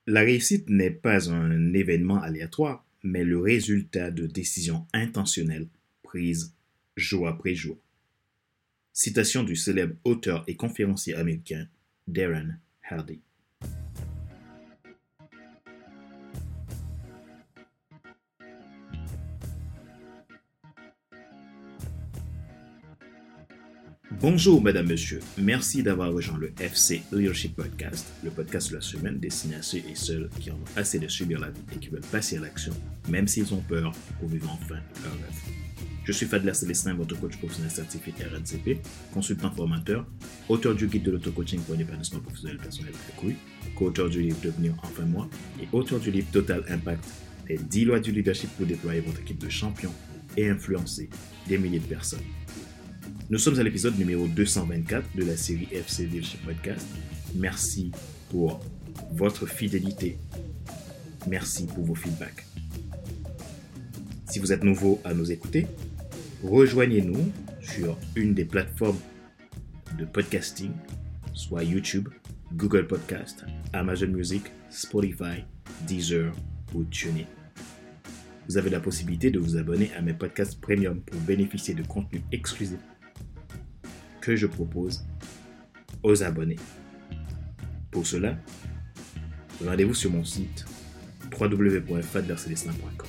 La réussite n'est pas un événement aléatoire, mais le résultat de décisions intentionnelles prises jour après jour. Citation du célèbre auteur et conférencier américain Darren Hardy. Bonjour Madame, Monsieur, merci d'avoir rejoint le FC Leadership Podcast, le podcast de la semaine destiné à ceux et celles qui en ont assez de subir la vie et qui veulent passer à l'action, même s'ils ont peur, pour vivre enfin leur rêve. Je suis Fadler Célestin, votre coach professionnel certifié RNCP, consultant formateur, auteur du guide de l'auto-coaching pour l'épanouissement professionnel personnel accru, co-auteur du livre Devenir enfin moi et auteur du livre Total Impact, les 10 lois du leadership pour déployer votre équipe de champions et influencer des milliers de personnes. Nous sommes à l'épisode numéro 224 de la série FC Leadership Podcast. Merci pour votre fidélité. Merci pour vos feedbacks. Si vous êtes nouveau à nous écouter, rejoignez-nous sur une des plateformes de podcasting, soit YouTube, Google Podcast, Amazon Music, Spotify, Deezer ou TuneIn. Vous avez la possibilité de vous abonner à mes podcasts premium pour bénéficier de contenus exclusifs que je propose aux abonnés. Pour cela, rendez-vous sur mon site www.fadlercelestin.com.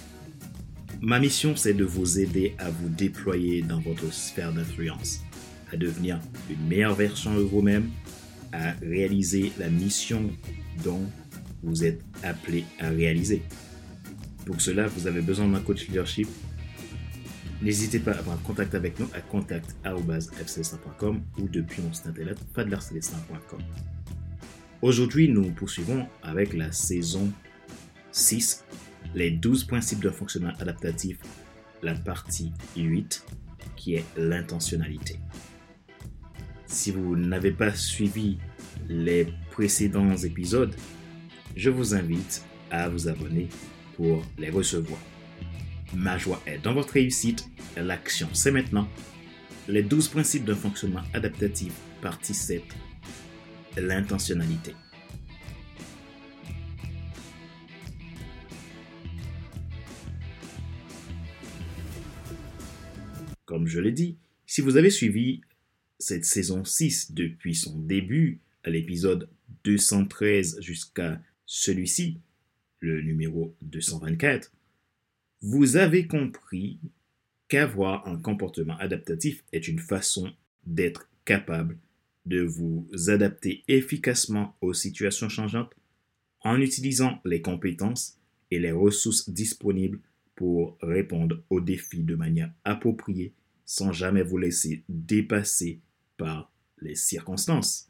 Ma mission, c'est de vous aider à vous déployer dans votre sphère d'influence, à devenir une meilleure version de vous-même, à réaliser la mission dont vous êtes appelé à réaliser. Pour cela, vous avez besoin d'un coach leadership. N'hésitez pas à prendre contact avec nous à contact@fcelestin.com ou depuis mon site internet fadlercelestin.com. Aujourd'hui, nous poursuivons avec la saison 6, les 12 principes d'un fonctionnement adaptatif, la partie 8, qui est l'intentionnalité. Si vous n'avez pas suivi les précédents épisodes, je vous invite à vous abonner pour les recevoir. Ma joie est dans votre réussite, l'action c'est maintenant. Les 12 principes d'un fonctionnement adaptatif, partie 7, l'intentionnalité. Comme je l'ai dit, si vous avez suivi cette saison 6 depuis son début, à l'épisode 213 jusqu'à celui-ci, le numéro 224, vous avez compris qu'avoir un comportement adaptatif est une façon d'être capable de vous adapter efficacement aux situations changeantes en utilisant les compétences et les ressources disponibles pour répondre aux défis de manière appropriée sans jamais vous laisser dépasser par les circonstances.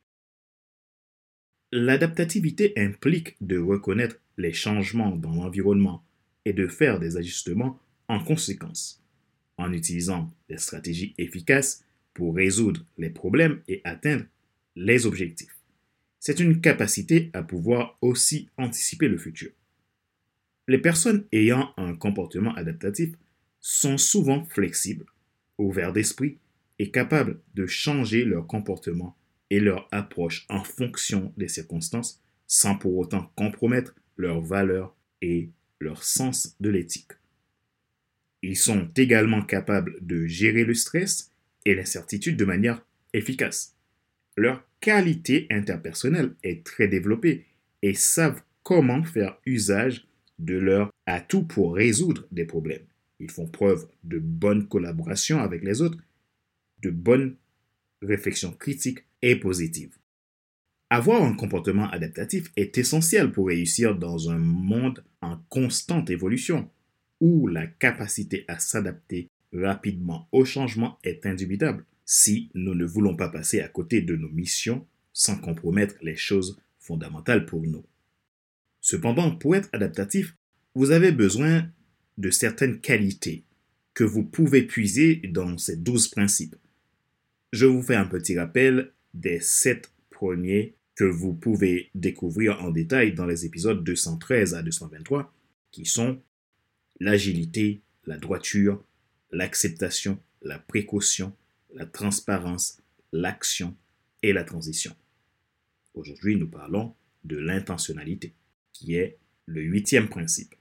L'adaptativité implique de reconnaître les changements dans l'environnement et de faire des ajustements en conséquence, en utilisant des stratégies efficaces pour résoudre les problèmes et atteindre les objectifs. C'est une capacité à pouvoir aussi anticiper le futur. Les personnes ayant un comportement adaptatif sont souvent flexibles, ouverts d'esprit et capables de changer leur comportement et leur approche en fonction des circonstances sans pour autant compromettre leurs valeurs et leur sens de l'éthique. Ils sont également capables de gérer le stress et l'incertitude de manière efficace. Leur qualité interpersonnelle est très développée et savent comment faire usage de leurs atouts pour résoudre des problèmes. Ils font preuve de bonne collaboration avec les autres, de bonne réflexion critique et positive. Avoir un comportement adaptatif est essentiel pour réussir dans un monde en constante évolution, où la capacité à s'adapter rapidement au changement est indubitable si nous ne voulons pas passer à côté de nos missions sans compromettre les choses fondamentales pour nous. Cependant, pour être adaptatif, vous avez besoin de certaines qualités que vous pouvez puiser dans ces 12 principes. Je vous fais un petit rappel des 7 premiers que vous pouvez découvrir en détail dans les épisodes 213 à 223, qui sont l'agilité, la droiture, l'acceptation, la précaution, la transparence, l'action et la transition. Aujourd'hui, nous parlons de l'intentionnalité, qui est le 8e principe.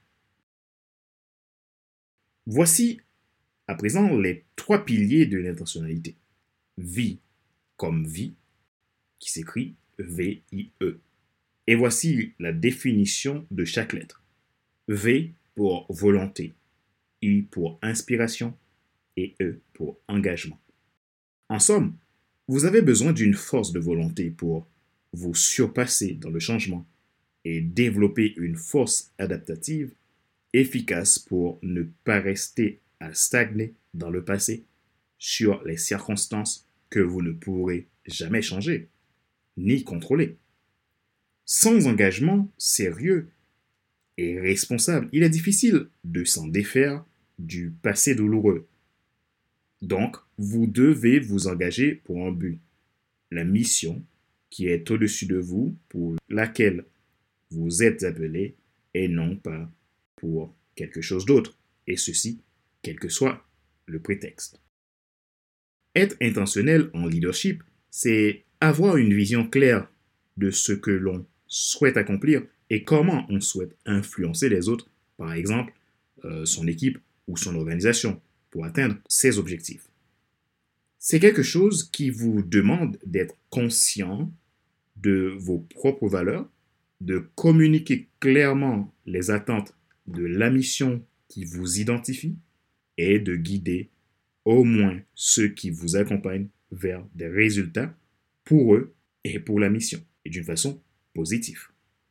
Voici à présent les 3 piliers de l'intentionnalité. Vie comme vie, qui s'écrit V-I-E. Et voici la définition de chaque lettre. V pour volonté, I pour inspiration et E pour engagement. En somme, vous avez besoin d'une force de volonté pour vous surpasser dans le changement et développer une force adaptative efficace pour ne pas rester à stagner dans le passé sur les circonstances que vous ne pourrez jamais changer ni contrôler. Sans engagement sérieux et responsable, il est difficile de s'en défaire du passé douloureux. Donc, vous devez vous engager pour un but, la mission qui est au-dessus de vous, pour laquelle vous êtes appelé, et non pas pour quelque chose d'autre, et ceci, quel que soit le prétexte. Être intentionnel en leadership, c'est avoir une vision claire de ce que l'on souhaite accomplir et comment on souhaite influencer les autres, par exemple son équipe ou son organisation, pour atteindre ses objectifs. C'est quelque chose qui vous demande d'être conscient de vos propres valeurs, de communiquer clairement les attentes de la mission qui vous identifie et de guider au moins ceux qui vous accompagnent vers des résultats pour eux et pour la mission, et d'une façon positive.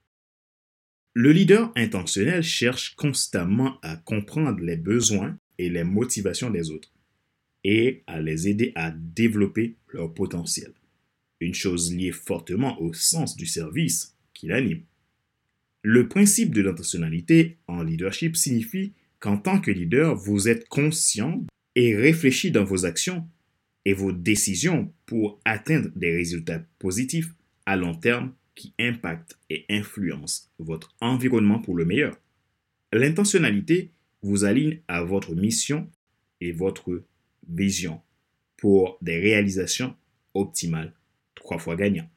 Le leader intentionnel cherche constamment à comprendre les besoins et les motivations des autres et à les aider à développer leur potentiel, une chose liée fortement au sens du service qui l'anime. Le principe de l'intentionnalité en leadership signifie qu'en tant que leader, vous êtes conscient et réfléchi dans vos actions et vos décisions pour atteindre des résultats positifs à long terme qui impactent et influencent votre environnement pour le meilleur. L'intentionnalité vous aligne à votre mission et votre vision pour des réalisations optimales, 3 fois gagnant.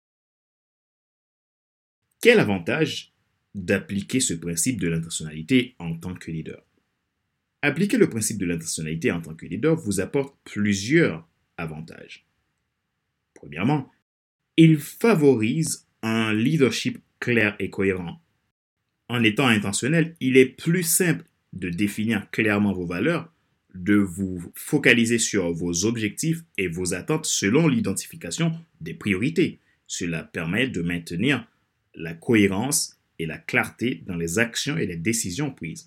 Quel avantage d'appliquer ce principe de l'intentionnalité en tant que leader? Appliquer le principe de l'intentionnalité en tant que leader vous apporte plusieurs avantages. Premièrement, il favorise un leadership clair et cohérent. En étant intentionnel, il est plus simple de définir clairement vos valeurs, de vous focaliser sur vos objectifs et vos attentes selon l'identification des priorités. Cela permet de maintenir la cohérence et la clarté dans les actions et les décisions prises.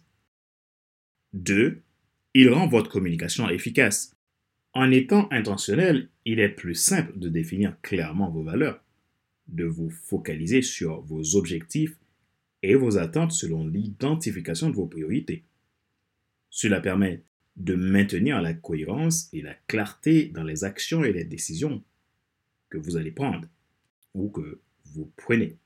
2. Il rend votre communication efficace. En étant intentionnel, il est plus simple de définir clairement vos valeurs, de vous focaliser sur vos objectifs et vos attentes selon l'identification de vos priorités. Cela permet de maintenir la cohérence et la clarté dans les actions et les décisions que vous allez prendre ou que vous prenez.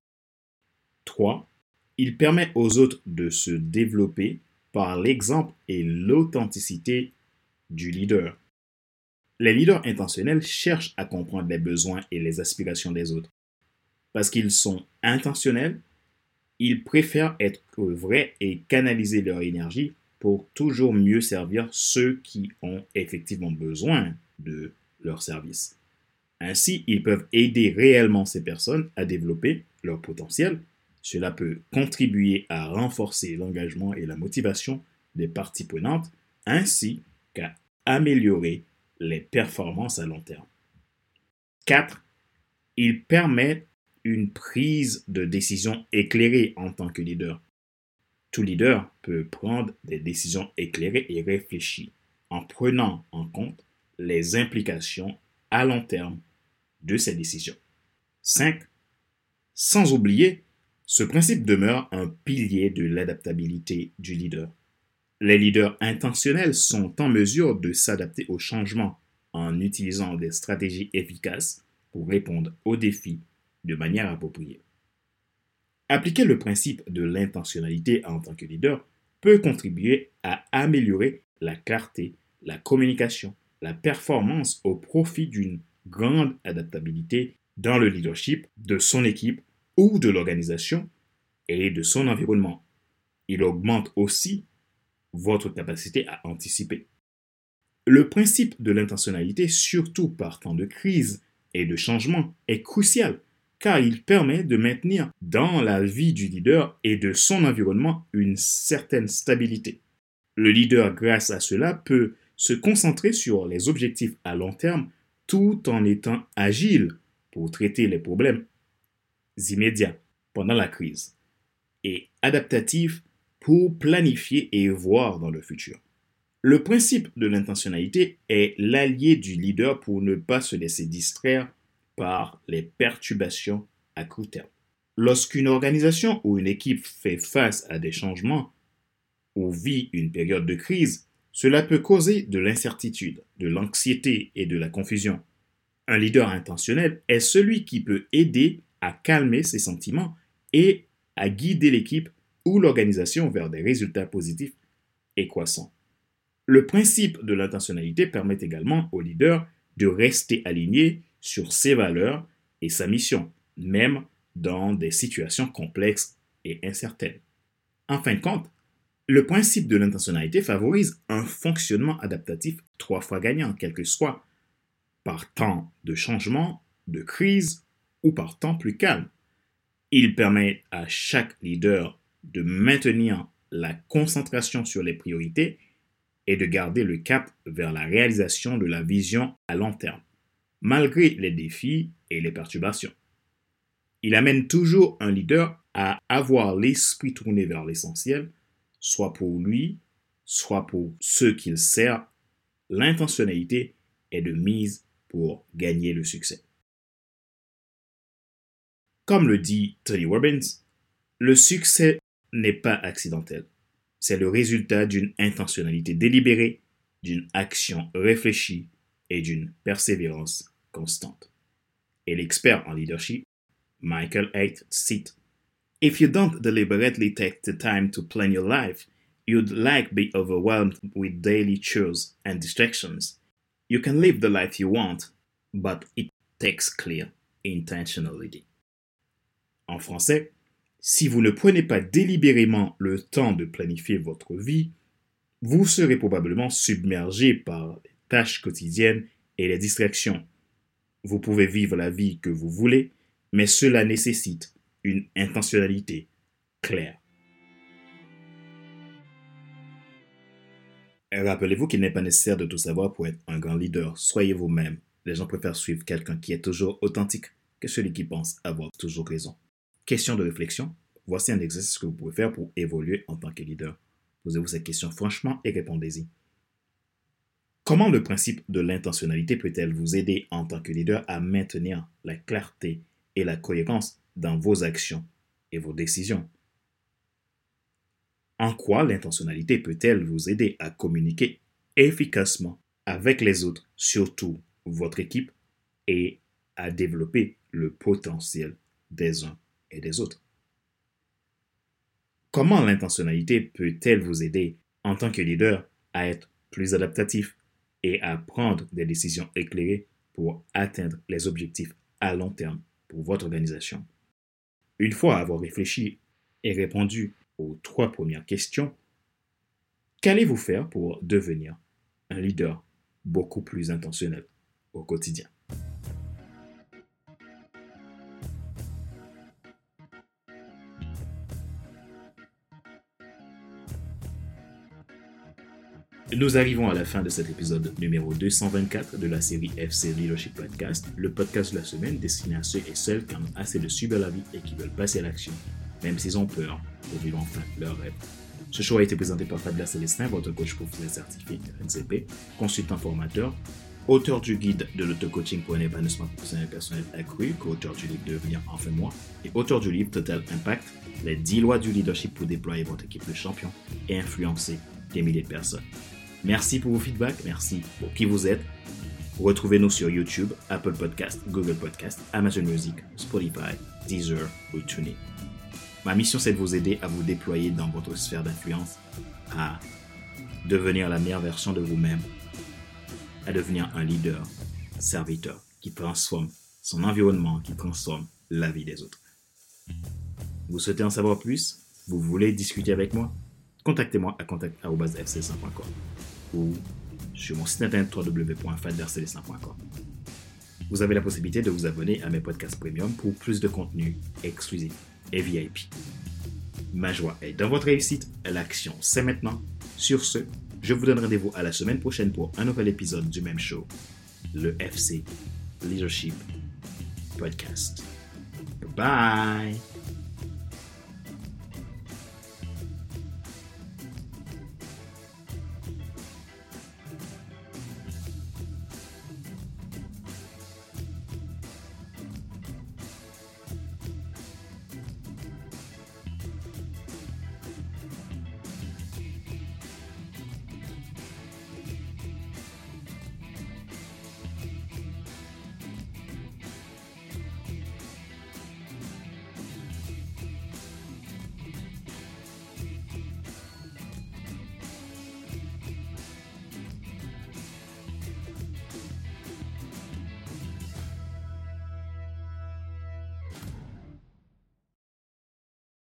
3. Il permet aux autres de se développer par l'exemple et l'authenticité du leader. Les leaders intentionnels cherchent à comprendre les besoins et les aspirations des autres. Parce qu'ils sont intentionnels, ils préfèrent être vrais et canaliser leur énergie pour toujours mieux servir ceux qui ont effectivement besoin de leur service. Ainsi, ils peuvent aider réellement ces personnes à développer leur potentiel. Cela peut contribuer à renforcer l'engagement et la motivation des parties prenantes, ainsi qu'à améliorer les performances à long terme. 4. Il permet une prise de décision éclairée en tant que leader. Tout leader peut prendre des décisions éclairées et réfléchies en prenant en compte les implications à long terme de ces décisions. 5. Sans oublier, ce principe demeure un pilier de l'adaptabilité du leader. Les leaders intentionnels sont en mesure de s'adapter aux changements en utilisant des stratégies efficaces pour répondre aux défis de manière appropriée. Appliquer le principe de l'intentionnalité en tant que leader peut contribuer à améliorer la clarté, la communication, la performance au profit d'une grande adaptabilité dans le leadership de son équipe ou de l'organisation et de son environnement. Il augmente aussi votre capacité à anticiper. Le principe de l'intentionnalité, surtout par temps de crise et de changement, est crucial car il permet de maintenir dans la vie du leader et de son environnement une certaine stabilité. Le leader, grâce à cela, peut se concentrer sur les objectifs à long terme tout en étant agile pour traiter les problèmes immédiats pendant la crise et adaptatif pour planifier et voir dans le futur. Le principe de l'intentionnalité est l'allié du leader pour ne pas se laisser distraire par les perturbations à court terme. Lorsqu'une organisation ou une équipe fait face à des changements ou vit une période de crise, cela peut causer de l'incertitude, de l'anxiété et de la confusion. Un leader intentionnel est celui qui peut aider à calmer ses sentiments et à guider l'équipe ou l'organisation vers des résultats positifs et croissants. Le principe de l'intentionnalité permet également au leader de rester aligné sur ses valeurs et sa mission, même dans des situations complexes et incertaines. En fin de compte, le principe de l'intentionnalité favorise un fonctionnement adaptatif 3 fois gagnant, quel que soit, par temps de changement, de crise ou par temps plus calme. Il permet à chaque leader de maintenir la concentration sur les priorités et de garder le cap vers la réalisation de la vision à long terme, malgré les défis et les perturbations. Il amène toujours un leader à avoir l'esprit tourné vers l'essentiel, soit pour lui, soit pour ceux qu'il sert. L'intentionnalité est de mise pour gagner le succès. Comme le dit Tony Robbins, le succès n'est pas accidentel. C'est le résultat d'une intentionnalité délibérée, d'une action réfléchie et d'une persévérance constante. Et l'expert en leadership, Michael Haidt, cite: If you don't deliberately take the time to plan your life, you'd like be overwhelmed with daily chores and distractions. You can live the life you want, but it takes clear intentionality. En français, si vous ne prenez pas délibérément le temps de planifier votre vie, vous serez probablement submergé par les tâches quotidiennes et les distractions. Vous pouvez vivre la vie que vous voulez, mais cela nécessite une intentionnalité claire. Rappelez-vous qu'il n'est pas nécessaire de tout savoir pour être un grand leader. Soyez vous-même. Les gens préfèrent suivre quelqu'un qui est toujours authentique que celui qui pense avoir toujours raison. Question de réflexion. Voici un exercice que vous pouvez faire pour évoluer en tant que leader. Posez-vous cette question franchement et répondez-y. Comment le principe de l'intentionnalité peut-elle vous aider en tant que leader à maintenir la clarté et la cohérence dans vos actions et vos décisions? En quoi l'intentionnalité peut-elle vous aider à communiquer efficacement avec les autres, surtout votre équipe, et à développer le potentiel des uns et des autres? Comment l'intentionnalité peut-elle vous aider en tant que leader à être plus adaptatif et à prendre des décisions éclairées pour atteindre les objectifs à long terme pour votre organisation? Une fois avoir réfléchi et répondu aux 3 premières questions, qu'allez-vous faire pour devenir un leader beaucoup plus intentionnel au quotidien? Nous arrivons à la fin de cet épisode numéro 224 de la série FC Leadership Podcast, le podcast de la semaine destiné à ceux et celles qui en ont assez de subir la vie et qui veulent passer à l'action, même s'ils ont peur, pour vivre enfin leur rêve. Ce show a été présenté par Fabien Célestin, votre coach professionnel certifié RNCP, consultant formateur, auteur du guide de l'auto-coaching pour un épanouissement professionnel et personnel accru, co-auteur du livre Devenir enfin moi, et auteur du livre Total Impact, les 10 lois du leadership pour déployer votre équipe de champions et influencer des milliers de personnes. Merci pour vos feedbacks, merci pour qui vous êtes. Retrouvez-nous sur YouTube, Apple Podcast, Google Podcast, Amazon Music, Spotify, Deezer ou TuneIn. Ma mission, c'est de vous aider à vous déployer dans votre sphère d'influence, à devenir la meilleure version de vous-même, à devenir un leader, serviteur qui transforme son environnement, qui transforme la vie des autres. Vous souhaitez en savoir plus? Vous voulez discuter avec moi? Contactez-moi à contact@fcelestin.com ou sur mon site internet www.fadvercelestin.com. Vous avez la possibilité de vous abonner à mes podcasts premium pour plus de contenu exclusif et VIP. Ma joie est dans votre réussite, l'action c'est maintenant. Sur ce, je vous donne rendez-vous à la semaine prochaine pour un nouvel épisode du même show, le FC Leadership Podcast. Bye!